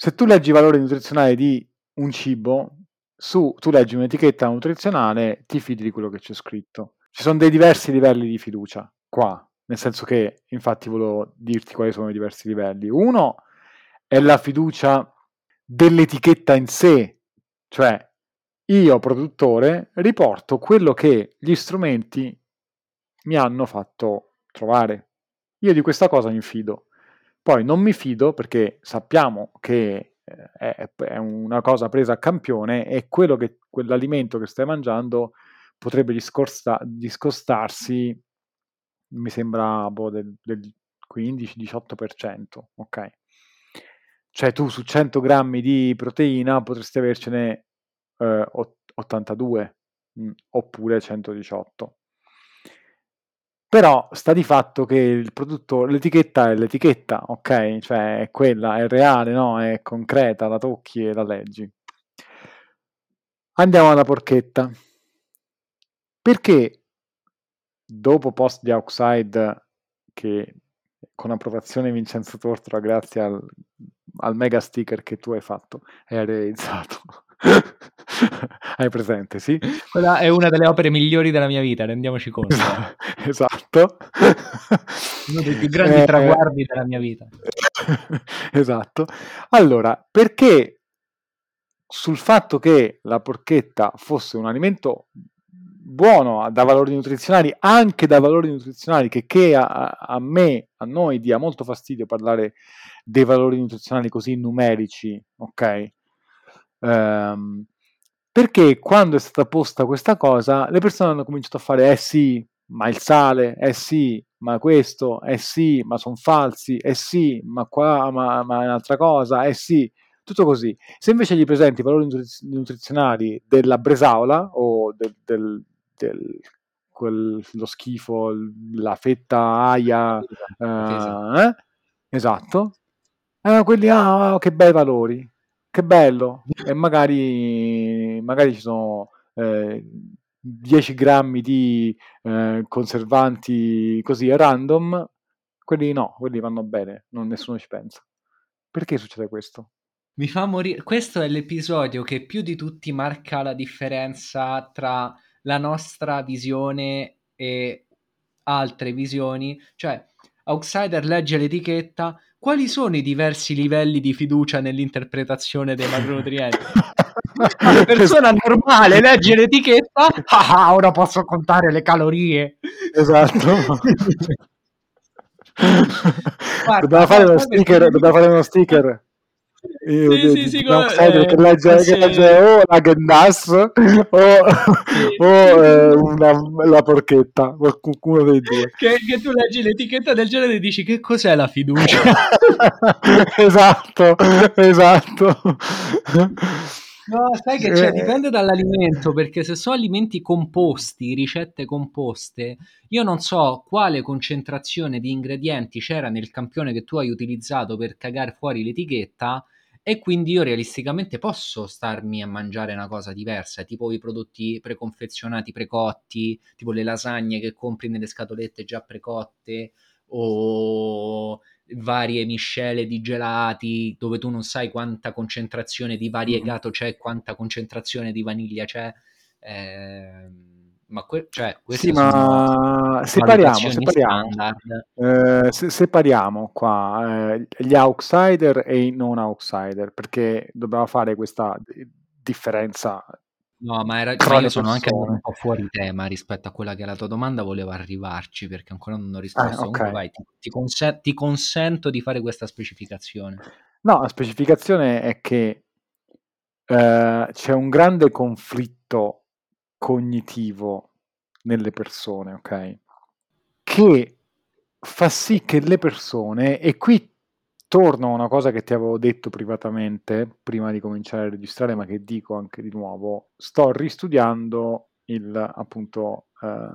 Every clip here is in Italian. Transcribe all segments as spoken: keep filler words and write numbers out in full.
se tu leggi i valori nutrizionali di un cibo, su, tu leggi un'etichetta nutrizionale, ti fidi di quello che c'è scritto. Ci sono dei diversi livelli di fiducia qua, nel senso che, infatti, volevo dirti quali sono i diversi livelli. Uno è la fiducia dell'etichetta in sé, cioè io, produttore, riporto quello che gli strumenti mi hanno fatto trovare. Io di questa cosa mi fido. Poi non mi fido perché sappiamo che è, è una cosa presa a campione e quello che, quell'alimento che stai mangiando potrebbe discosta, discostarsi, mi sembra, boh, del, del quindici diciotto per cento, ok? Cioè tu su cento grammi di proteina potresti avercene eh, ottantadue, mh, oppure centodiciotto. Però sta di fatto che il prodotto, l'etichetta è l'etichetta, ok? Cioè è quella, è reale, no? È concreta, la tocchi e la leggi. Andiamo alla porchetta. Perché dopo Post di Outside, che con approvazione Vincenzo Tortora, grazie al, al mega sticker che tu hai fatto, hai realizzato. Hai presente, sì? Quella è una delle opere migliori della mia vita, rendiamoci conto. Esatto. Uno dei più grandi eh, traguardi della mia vita. Esatto. Allora, perché sul fatto che la porchetta fosse un alimento buono, da valori nutrizionali, anche da valori nutrizionali, che, che a, a me, a noi dia molto fastidio parlare dei valori nutrizionali così numerici, ok? Ehm, perché quando è stata posta questa cosa, le persone hanno cominciato a fare, eh sì, ma il sale, eh sì, ma questo, eh sì, ma sono falsi, eh sì, ma qua, ma, ma è un'altra cosa, eh sì, tutto così. Se invece gli presenti i valori nutriz- nutrizionali della bresaola o del, del, del quel, lo schifo, la fetta aia, eh, eh? Esatto, eh, quelli, ah, che bei valori, che bello, e magari, magari ci sono eh, dieci grammi di eh, conservanti così a random, quelli no, quelli vanno bene, non, nessuno ci pensa. Perché succede questo? Mi fa morire. Questo è l'episodio che più di tutti marca la differenza tra la nostra visione e altre visioni. Cioè, Outsider legge l'etichetta. Quali sono i diversi livelli di fiducia nell'interpretazione dei macronutrienti? Una persona normale legge l'etichetta. Ah, ora posso contare le calorie. Esatto. Guarda, Dobbiamo fare no, uno sai perché ti sticker, dico? dobbiamo fare uno sticker eh, Sì, di, sì, di, sì, di come, Outsider che eh, legge, che legge fosse... o la Gendas o, Sì. o eh, una, la porchetta, qualcuno dei due. Che, che tu leggi l'etichetta del genere e dici che cos'è la fiducia? Esatto, esatto. No, sai che c'è, Eh, dipende dall'alimento, perché se sono alimenti composti, ricette composte, io non so quale concentrazione di ingredienti c'era nel campione che tu hai utilizzato per cagare fuori l'etichetta, e quindi io realisticamente posso starmi a mangiare una cosa diversa, tipo i prodotti preconfezionati, precotti, tipo le lasagne che compri nelle scatolette già precotte, o varie miscele di gelati dove tu non sai quanta concentrazione di variegato c'è e quanta concentrazione di vaniglia c'è. Eh, ma que- cioè, Sì, queste sono ma separiamo, valutazioni separiamo. standard. Eh, se- separiamo qua eh, gli outsider e i non outsider, perché dobbiamo fare questa di- differenza No, ma, era, ma tra io le sono anche andato un persone. po' fuori tema rispetto a quella che è la tua domanda, volevo arrivarci perché ancora non ho Eh, risposto. ok. Comunque vai, ti, ti conse- ti consento di fare questa specificazione. No, la specificazione è che eh, c'è un grande conflitto cognitivo nelle persone, ok? Che fa sì che le persone, e qui torno a una cosa che ti avevo detto privatamente prima di cominciare a registrare, ma che dico anche di nuovo, sto ristudiando il appunto eh,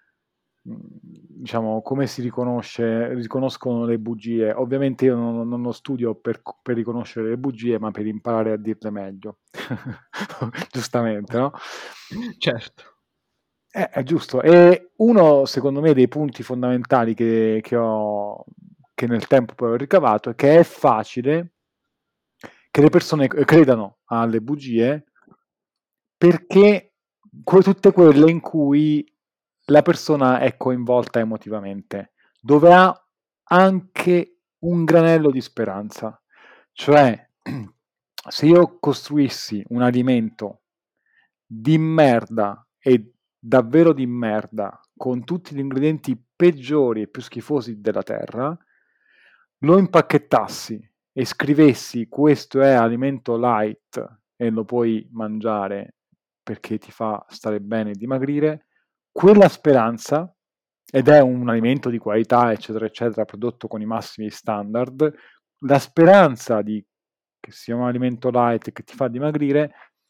diciamo come si riconosce, riconoscono le bugie. Ovviamente io non, non lo studio per, per riconoscere le bugie, ma per imparare a dirle meglio. Giustamente, no? Certo. Eh, è giusto. E uno, secondo me, dei punti fondamentali che, che ho, che nel tempo poi ho ricavato è che è facile che le persone credano alle bugie, perché tutte quelle in cui la persona è coinvolta emotivamente, dove ha anche un granello di speranza. Cioè, se io costruissi un alimento di merda e davvero di merda, con tutti gli ingredienti peggiori e più schifosi della terra, lo impacchettassi e scrivessi questo è alimento light e lo puoi mangiare perché ti fa stare bene e dimagrire, quella speranza, ed è un alimento di qualità, eccetera, eccetera, prodotto con i massimi standard, la speranza di che sia un alimento light che ti fa dimagrire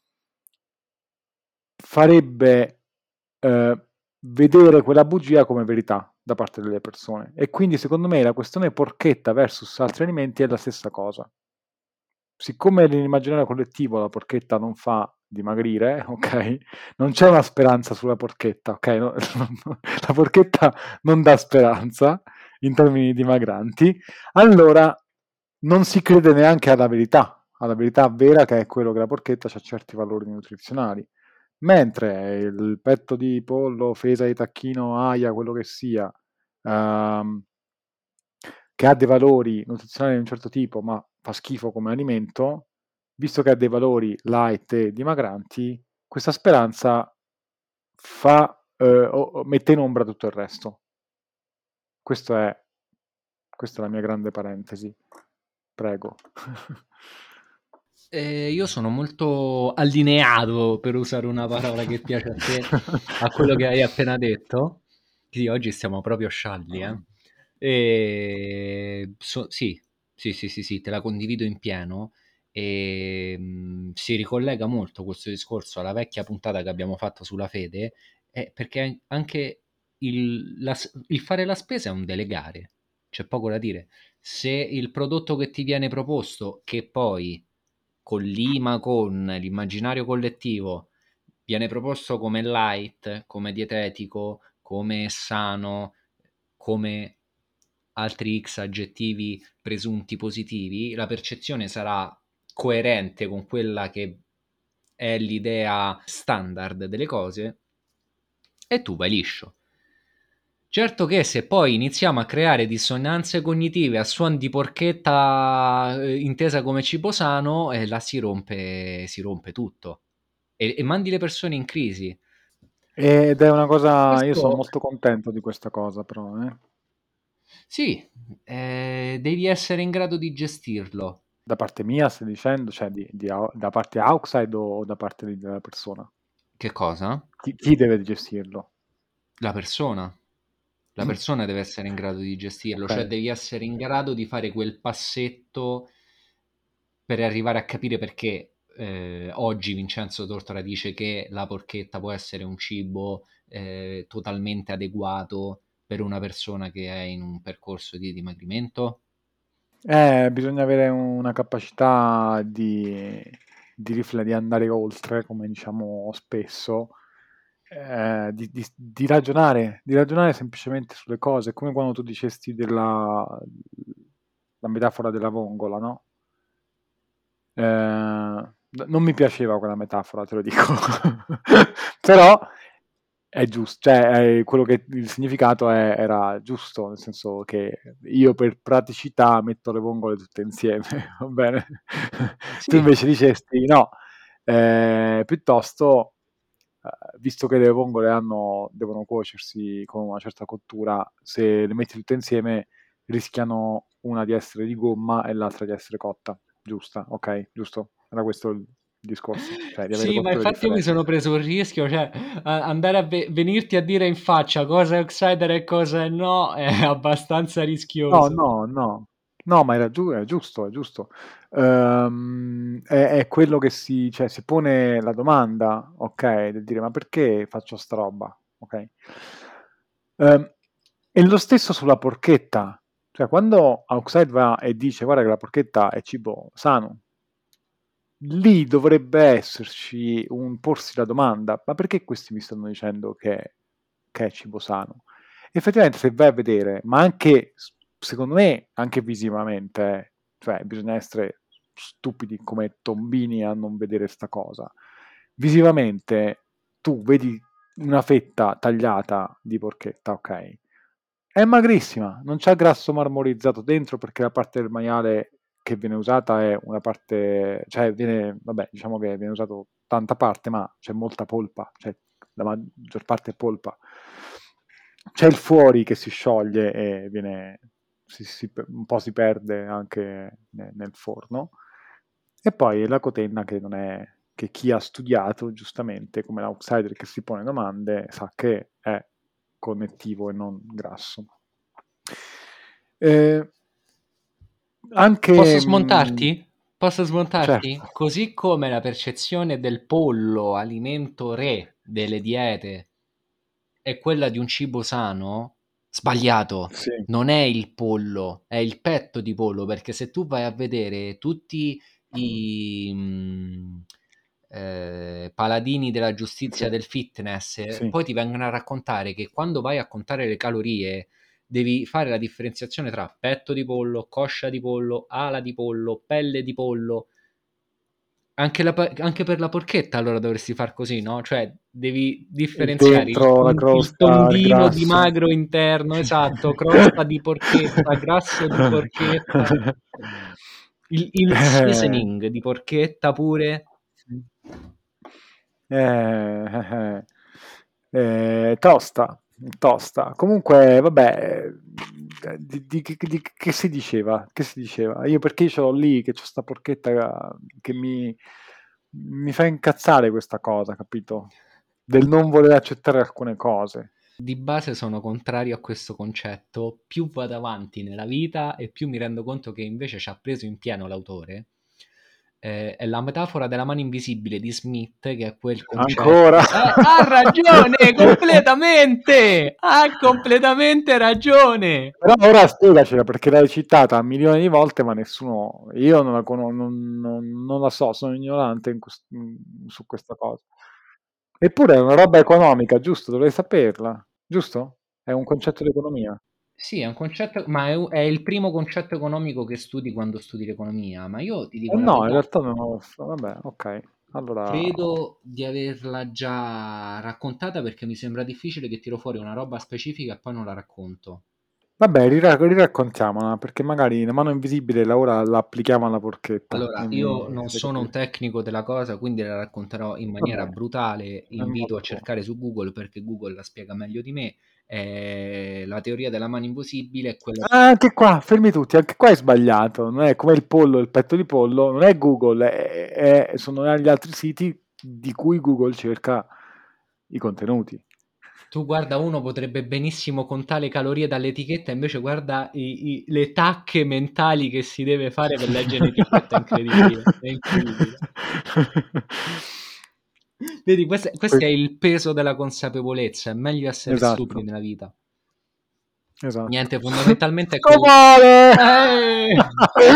farebbe eh, vedere quella bugia come verità da parte delle persone. E quindi secondo me la questione porchetta versus altri alimenti è la stessa cosa. Siccome nell'immaginario collettivo la porchetta non fa dimagrire, ok? Non c'è una speranza sulla porchetta, ok? No, la porchetta non dà speranza in termini dimagranti, allora non si crede neanche alla verità, alla verità vera che è quello che la porchetta ha certi valori nutrizionali. Mentre il petto di pollo, fesa di tacchino, aia, quello che sia, ehm, che ha dei valori nutrizionali di un certo tipo, ma fa schifo come alimento, visto che ha dei valori light e dimagranti, questa speranza fa, eh, o, o mette in ombra tutto il resto. Questo è, questa è la mia grande parentesi. Prego. Eh, io sono molto allineato, per usare una parola che piace a te, a quello che hai appena detto. Sì, oggi stiamo proprio scialli, eh. E so- sì, sì, sì, sì, sì, te la condivido in pieno. E mh, si ricollega molto questo discorso alla vecchia puntata che abbiamo fatto sulla fede, eh, perché anche il, la s- il fare la spesa è un delegare, c'è poco da dire. Se il prodotto che ti viene proposto, che poi collima con l'immaginario collettivo, viene proposto come light, come dietetico, come sano, come altri X aggettivi presunti positivi, la percezione sarà coerente con quella che è l'idea standard delle cose e tu vai liscio. Certo che se poi iniziamo a creare dissonanze cognitive a suon di porchetta eh, intesa come cibo sano, eh, là si rompe, si rompe tutto e, e mandi le persone in crisi. Ed è una cosa, io sono Questo molto contento di questa cosa, però, eh. sì, eh, devi essere in grado di gestirlo. Da parte mia, stai dicendo, cioè di, di au- da parte outside o da parte di- della persona? Che cosa? Chi, chi deve gestirlo? La persona. La persona deve essere in grado di gestirlo, Ok. cioè devi essere in grado di fare quel passetto per arrivare a capire perché eh, oggi Vincenzo Tortora dice che la porchetta può essere un cibo eh, totalmente adeguato per una persona che è in un percorso di dimagrimento. Eh, bisogna avere una capacità di, di rifle- di andare oltre, come diciamo spesso, eh, di, di- di ragionare, di ragionare semplicemente sulle cose, come quando tu dicesti della la metafora della vongola, no? Eh, n- non mi piaceva quella metafora, te lo dico, però è giusto, cioè è quello che il significato è- era giusto, nel senso che io per praticità metto le vongole tutte insieme, va bene? Tu Sì, invece dicesti no, eh, piuttosto, eh, visto che le vongole hanno, devono cuocersi con una certa cottura, se le metti tutte insieme rischiano una di essere di gomma e l'altra di essere cotta, giusta, ok? Giusto? Era questo il discorso, cioè di avere sì, ma cotture infatti io mi differenti. sono preso un rischio, cioè a- andare a ve- venirti a dire in faccia cosa è outsider e cosa è no è abbastanza No, rischioso. no, no, no, ma era giu- è giusto, è giusto. Ehm, è, è quello che si, cioè, si pone la domanda, ok, del dire ma perché faccio sta roba, ok? Ehm, e lo stesso sulla porchetta, cioè quando Outside va e dice guarda che la porchetta è cibo sano, lì dovrebbe esserci un porsi la domanda, ma perché questi mi stanno dicendo che, che è cibo sano? Effettivamente se vai a vedere, ma anche, secondo me, anche visivamente, eh, cioè bisogna essere stupidi come tombini a non vedere sta cosa. Visivamente tu vedi una fetta tagliata di porchetta, ok? È magrissima, non c'è grasso marmorizzato dentro perché la parte del maiale che viene usata è una parte, cioè viene, vabbè, diciamo che viene usato tanta parte, ma c'è molta polpa, cioè la maggior parte è polpa. C'è il fuori che si scioglie e viene, si, si, un po' si perde anche nel, nel forno. E poi la cotenna che non è, che chi ha studiato giustamente come l'outsider che si pone domande sa che è connettivo e non grasso. Eh, Posso anche mh, smontarti? Posso smontarti? certo, Così come la percezione del pollo, alimento re delle diete, è quella di un cibo sano, sbagliato. sì, Non è il pollo, è il petto di pollo, perché se tu vai a vedere tutti i mh, eh, paladini della sì, giustizia del fitness, eh, sì. poi ti vengono a raccontare che quando vai a contare le calorie devi fare la differenziazione tra petto di pollo, coscia di pollo, ala di pollo, pelle di pollo. Anche, la pa- anche per la porchetta allora dovresti far così, no? Cioè devi Il differenziare il, dentro, la ton- il crosta, il tondino di grasso. magro interno, esatto, crosta di porchetta, grasso di porchetta, il, il Eh, seasoning di porchetta pure. eh, eh, eh, tosta, tosta. Comunque, vabbè, eh, di, di- di- di- che si diceva? Che si diceva? Io perché ce l'ho lì, che c'ho sta porchetta che mi, mi fa incazzare questa cosa, capito? Del non voler accettare alcune cose. Di base sono contrario a questo concetto, più vado avanti nella vita e più mi rendo conto che invece ci ha preso in pieno l'autore. Eh, è la metafora della mano invisibile di Smith, che è quel Ancora? concetto. Eh, ha ragione, completamente! Ha completamente ragione! Però ora spiegacela perché l'hai citata milioni di volte, ma nessuno, io non la conosco, non, non- non la so, sono ignorante in quest- mm, su questa cosa. Eppure è una roba economica, giusto? Dovrei saperla, giusto? È un concetto di economia. Sì, è un concetto, ma è, è il primo concetto economico che studi quando studi l'economia. Ma io ti Eh dico la no, in verità, realtà non lo so. Vabbè, ok. Allora, credo di averla già raccontata perché mi sembra difficile che tiro fuori una roba specifica e poi non la racconto. vabbè, rira- riraccontiamola perché magari la mano invisibile la ora la applichiamo alla porchetta Allora, e io mi non fai sono un capire. tecnico della cosa, quindi la racconterò in maniera Vabbè, brutale. è Invito modo a tuo. cercare su Google perché Google la spiega meglio di me. Eh, la teoria della mano invisibile è quella. Ah, anche qua, fermi tutti, anche qua è sbagliato, non è come il pollo, il petto di pollo, non è Google, è- è- sono gli altri siti di cui Google cerca i contenuti. Tu guarda, uno potrebbe benissimo contare le calorie dall'etichetta, invece guarda i- i- le tacche mentali che si deve fare per leggere l'etichetta, è incredibile, è incredibile. Vedi, questo, questo è Que- il peso della consapevolezza, è meglio essere stupidi esatto, nella vita. esatto. Niente, fondamentalmente è quella. Scomore! Eh!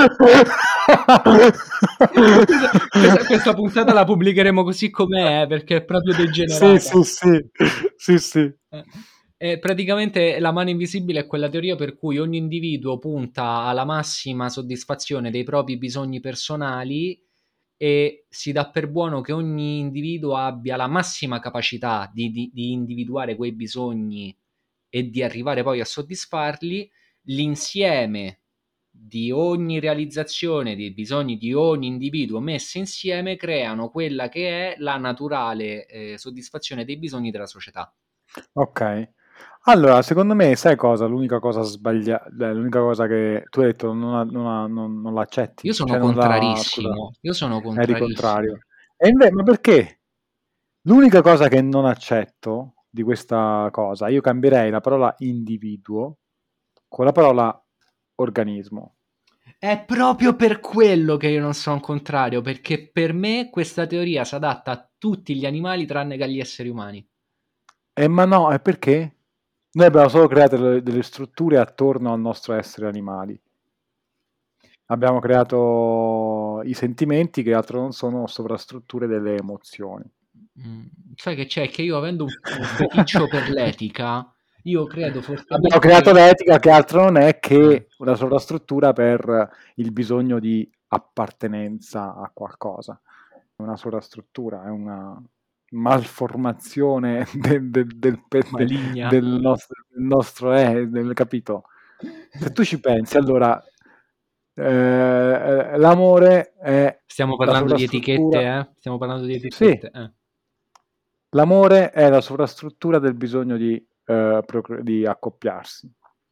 Questa, questa- questa puntata la pubblicheremo così com'è, eh, perché è proprio Sì, degenerata. sì, sì, sì, sì. Eh, eh, praticamente la mano invisibile è quella teoria per cui ogni individuo punta alla massima soddisfazione dei propri bisogni personali e si dà per buono che ogni individuo abbia la massima capacità di, di- di individuare quei bisogni e di arrivare poi a soddisfarli. L'insieme di ogni realizzazione dei bisogni di ogni individuo messi insieme creano quella che è la naturale eh, soddisfazione dei bisogni della società. Ok. Allora, secondo me, sai cosa? L'unica cosa sbagliata, l'unica cosa che tu hai detto non, ha- non, ha- non- non Io l'accetti, sono cioè non la, scusa, contrarissimo, io sono eri contrario. contrarissimo. E invece, ma perché? L'unica cosa che non accetto di questa cosa, io cambierei la parola individuo con la parola organismo. È proprio per quello che io non sono contrario, perché per me questa teoria si adatta a tutti gli animali tranne che agli esseri umani. Eh, ma no, è perché? Noi abbiamo solo creato delle, delle strutture attorno al nostro essere animali. Abbiamo creato i sentimenti che altro non sono sovrastrutture delle emozioni. Mm, sai che c'è? Che io avendo un, un feticcio per l'etica, io credo Abbiamo fortemente creato che. l'etica che altro non è Eh, che una sovrastruttura per il bisogno di appartenenza a qualcosa, è una sovrastruttura, è una malformazione del, del, del, pe- de- Maligna. del nostro, del nostro eh, del, capito? Se tu ci pensi, allora eh, l'amore è Stiamo la parlando di etichette, sovrastruttura. eh? Stiamo parlando di Sì, etichette, eh. l'amore è la sovrastruttura del bisogno di, eh, procre- di accoppiarsi.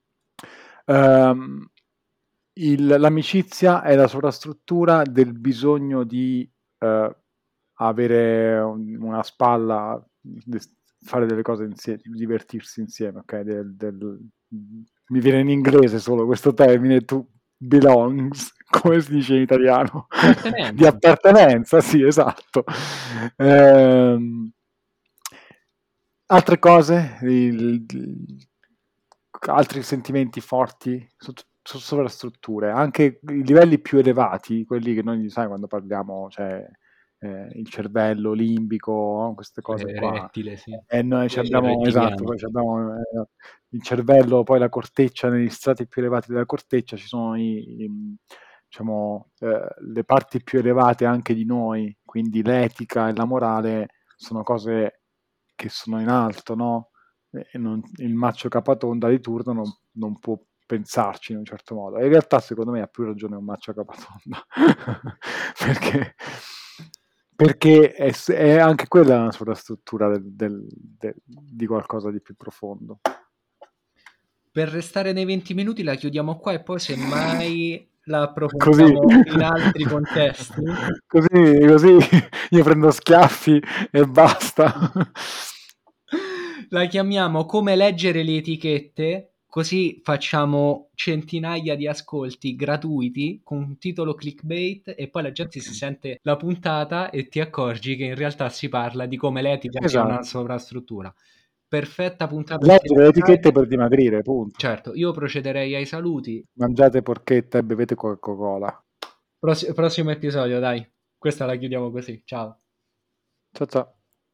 Ehm, il- l'amicizia è la sovrastruttura del bisogno di eh, avere un- una spalla, di fare delle cose insieme, divertirsi insieme, ok? Del- del- mi viene in inglese solo questo termine, to belongs, come si dice in italiano? Di Appartenenza. appartenenza, sì, esatto. Ehm, altre cose, il- il- altri sentimenti forti su, su sovrastrutture, anche i livelli più elevati, quelli che noi, sai, quando parliamo, cioè eh, il cervello limbico, queste cose Eh, qua. rettile, sì. E noi ci Il abbiamo, esatto, rettiliano. poi ci abbiamo eh, il cervello, poi la corteccia, negli strati più elevati della corteccia ci sono i, i, diciamo, eh, le parti più elevate anche di noi, quindi l'etica e la morale sono cose che sono in alto, no? E non, il macho capatonda di turno non, non può pensarci in un certo modo. E in realtà, secondo me, ha più ragione un macho capatonda perché, perché è, è anche quella una sovrastruttura del, del, del, di qualcosa di più profondo. Per restare nei venti minuti la chiudiamo qua e poi semmai la Così, approfondiamo in altri contesti. così, così io prendo schiaffi e basta. La chiamiamo come leggere le etichette, così facciamo centinaia di ascolti gratuiti con un titolo clickbait e poi la gente si sente la puntata e ti accorgi che in realtà si parla di come l'etica sia una Esatto. sovrastruttura. Perfetta puntata Leggere le etichette settimanale. per dimagrire, punto. Certo, io procederei ai saluti. Mangiate porchetta e bevete Coca-Cola. Prossi- prossimo episodio, dai. Questa la chiudiamo così. Ciao. Ciao ciao.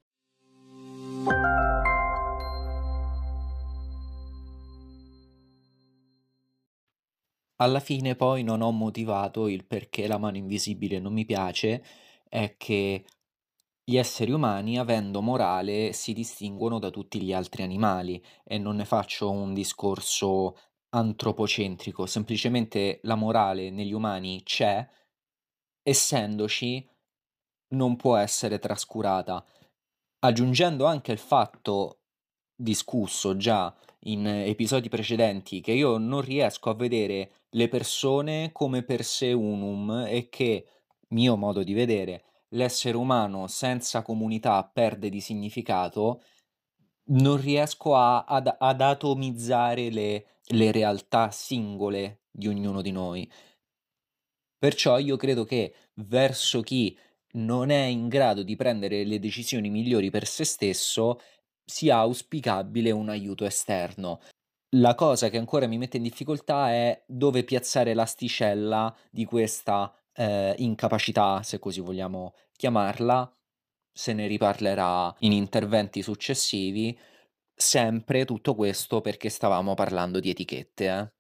Alla fine poi non ho motivato il perché la mano invisibile non mi piace, è che gli esseri umani, avendo morale, si distinguono da tutti gli altri animali e non ne faccio un discorso antropocentrico, semplicemente la morale negli umani c'è, essendoci non può essere trascurata, aggiungendo anche il fatto discusso già in episodi precedenti che io non riesco a vedere le persone come per se unum e che, mio modo di vedere, l'essere umano senza comunità perde di significato, non riesco a, ad, ad atomizzare le, le realtà singole di ognuno di noi. Perciò io credo che verso chi non è in grado di prendere le decisioni migliori per se stesso sia auspicabile un aiuto esterno. La cosa che ancora mi mette in difficoltà è dove piazzare l'asticella di questa eh, incapacità, se così vogliamo chiamarla. Se ne riparlerà in interventi successivi. Sempre tutto questo perché stavamo parlando di etichette, eh.